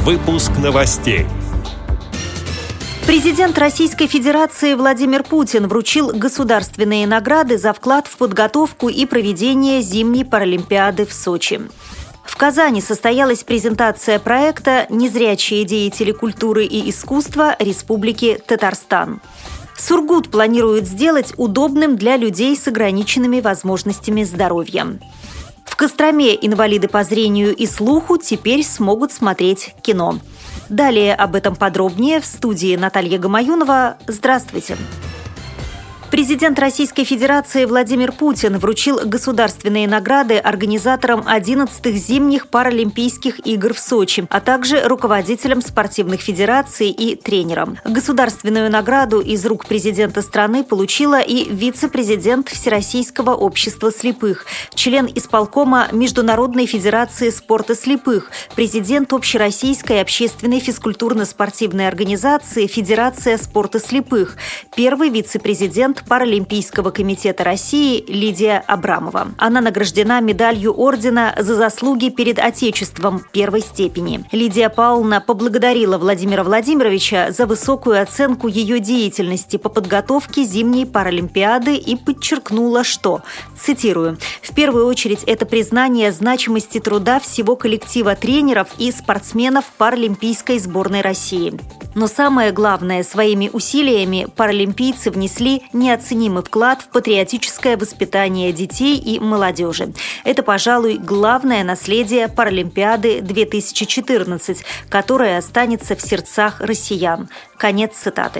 Выпуск новостей. Президент Российской Федерации Владимир Путин вручил государственные награды за вклад в подготовку и проведение зимней Паралимпиады в Сочи. В Казани состоялась презентация проекта «Незрячие деятели культуры и искусства Республики Татарстан». Сургут планирует сделать удобным для людей с ограниченными возможностями здоровья. В Костроме инвалиды по зрению и слуху теперь смогут смотреть кино. Далее об этом подробнее в студии Наталья Гамаюнова. Здравствуйте! Президент Российской Федерации Владимир Путин вручил государственные награды организаторам 11-х зимних Паралимпийских игр в Сочи, а также руководителям спортивных федераций и тренерам. Государственную награду из рук президента страны получила и вице-президент Всероссийского общества слепых, член исполкома Международной федерации спорта слепых, президент Общероссийской общественной физкультурно-спортивной организации Федерация спорта слепых, первый вице-президент Паралимпийского комитета России Лидия Абрамова. Она награждена медалью ордена за заслуги перед Отечеством первой степени. Лидия Павловна поблагодарила Владимира Владимировича за высокую оценку ее деятельности по подготовке зимней Паралимпиады и подчеркнула, что, цитирую, «В первую очередь это признание значимости труда всего коллектива тренеров и спортсменов Паралимпийской сборной России. Но самое главное, своими усилиями паралимпийцы внесли неоценимый вклад в патриотическое воспитание детей и молодежи. Это, пожалуй, главное наследие Паралимпиады 2014, которое останется в сердцах россиян». Конец цитаты.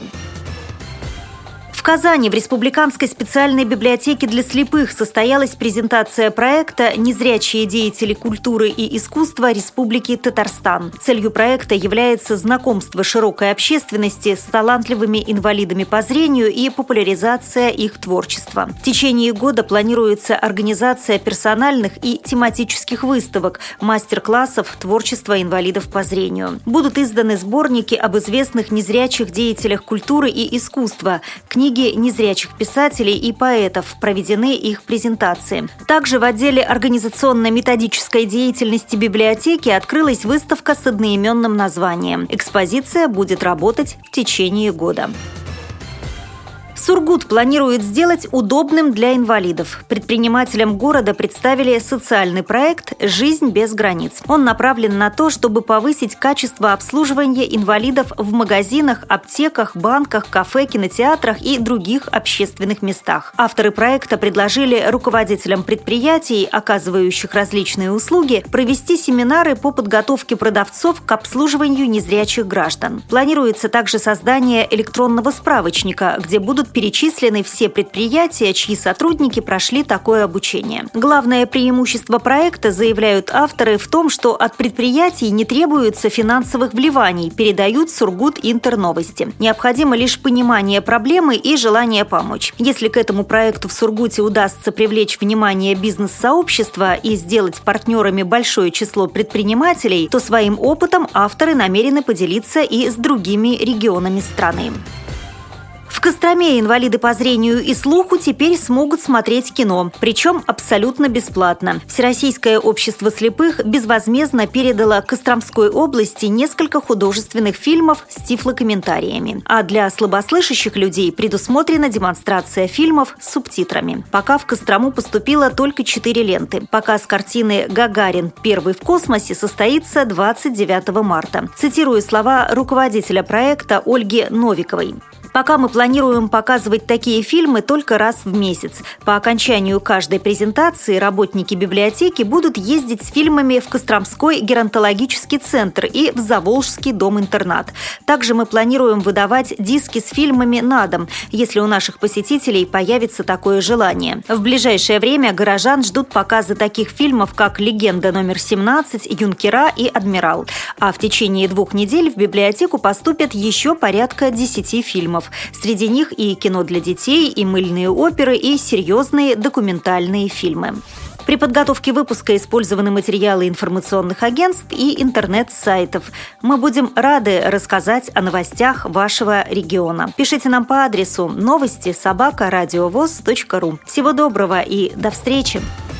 В Казани в Республиканской специальной библиотеке для слепых состоялась презентация проекта «Незрячие деятели культуры и искусства Республики Татарстан». Целью проекта является знакомство широкой общественности с талантливыми инвалидами по зрению и популяризация их творчества. В течение года планируется организация персональных и тематических выставок, мастер-классов творчества инвалидов по зрению. Будут изданы сборники об известных незрячих деятелях культуры и искусства, книги незрячих писателей и поэтов, проведены их презентации. Также в отделе организационно-методической деятельности библиотеки открылась выставка с одноименным названием. Экспозиция будет работать в течение года. Сургут планирует сделать удобным для инвалидов. Предпринимателям города представили социальный проект «Жизнь без границ». Он направлен на то, чтобы повысить качество обслуживания инвалидов в магазинах, аптеках, банках, кафе, кинотеатрах и других общественных местах. Авторы проекта предложили руководителям предприятий, оказывающих различные услуги, провести семинары по подготовке продавцов к обслуживанию незрячих граждан. Планируется также создание электронного справочника, где будут перечислены все предприятия, чьи сотрудники прошли такое обучение. Главное преимущество проекта, заявляют авторы, в том, что от предприятий не требуется финансовых вливаний, передают Сургут Интерновости. Необходимо лишь понимание проблемы и желание помочь. Если к этому проекту в Сургуте удастся привлечь внимание бизнес-сообщества и сделать партнерами большое число предпринимателей, то своим опытом авторы намерены поделиться и с другими регионами страны. В Костроме инвалиды по зрению и слуху теперь смогут смотреть кино, причем абсолютно бесплатно. Всероссийское общество слепых безвозмездно передало Костромской области несколько художественных фильмов с тифлокомментариями. А для слабослышащих людей предусмотрена демонстрация фильмов с субтитрами. Пока в Кострому поступило только 4 ленты. Показ картины «Гагарин. Первый в космосе» состоится 29 марта. Цитирую слова руководителя проекта Ольги Новиковой. Пока мы планируем показывать такие фильмы только раз в месяц. По окончанию каждой презентации работники библиотеки будут ездить с фильмами в Костромской геронтологический центр и в Заволжский дом-интернат. Также мы планируем выдавать диски с фильмами на дом, если у наших посетителей появится такое желание. В ближайшее время горожан ждут показы таких фильмов, как «Легенда номер 17», «Юнкера» и «Адмирал». А в течение 2 недель в библиотеку поступят еще порядка 10 фильмов. Среди них и кино для детей, и мыльные оперы, и серьезные документальные фильмы. При подготовке выпуска использованы материалы информационных агентств и интернет-сайтов. Мы будем рады рассказать о новостях вашего региона. Пишите нам по адресу новости@радиовоз.ру. Всего доброго и до встречи!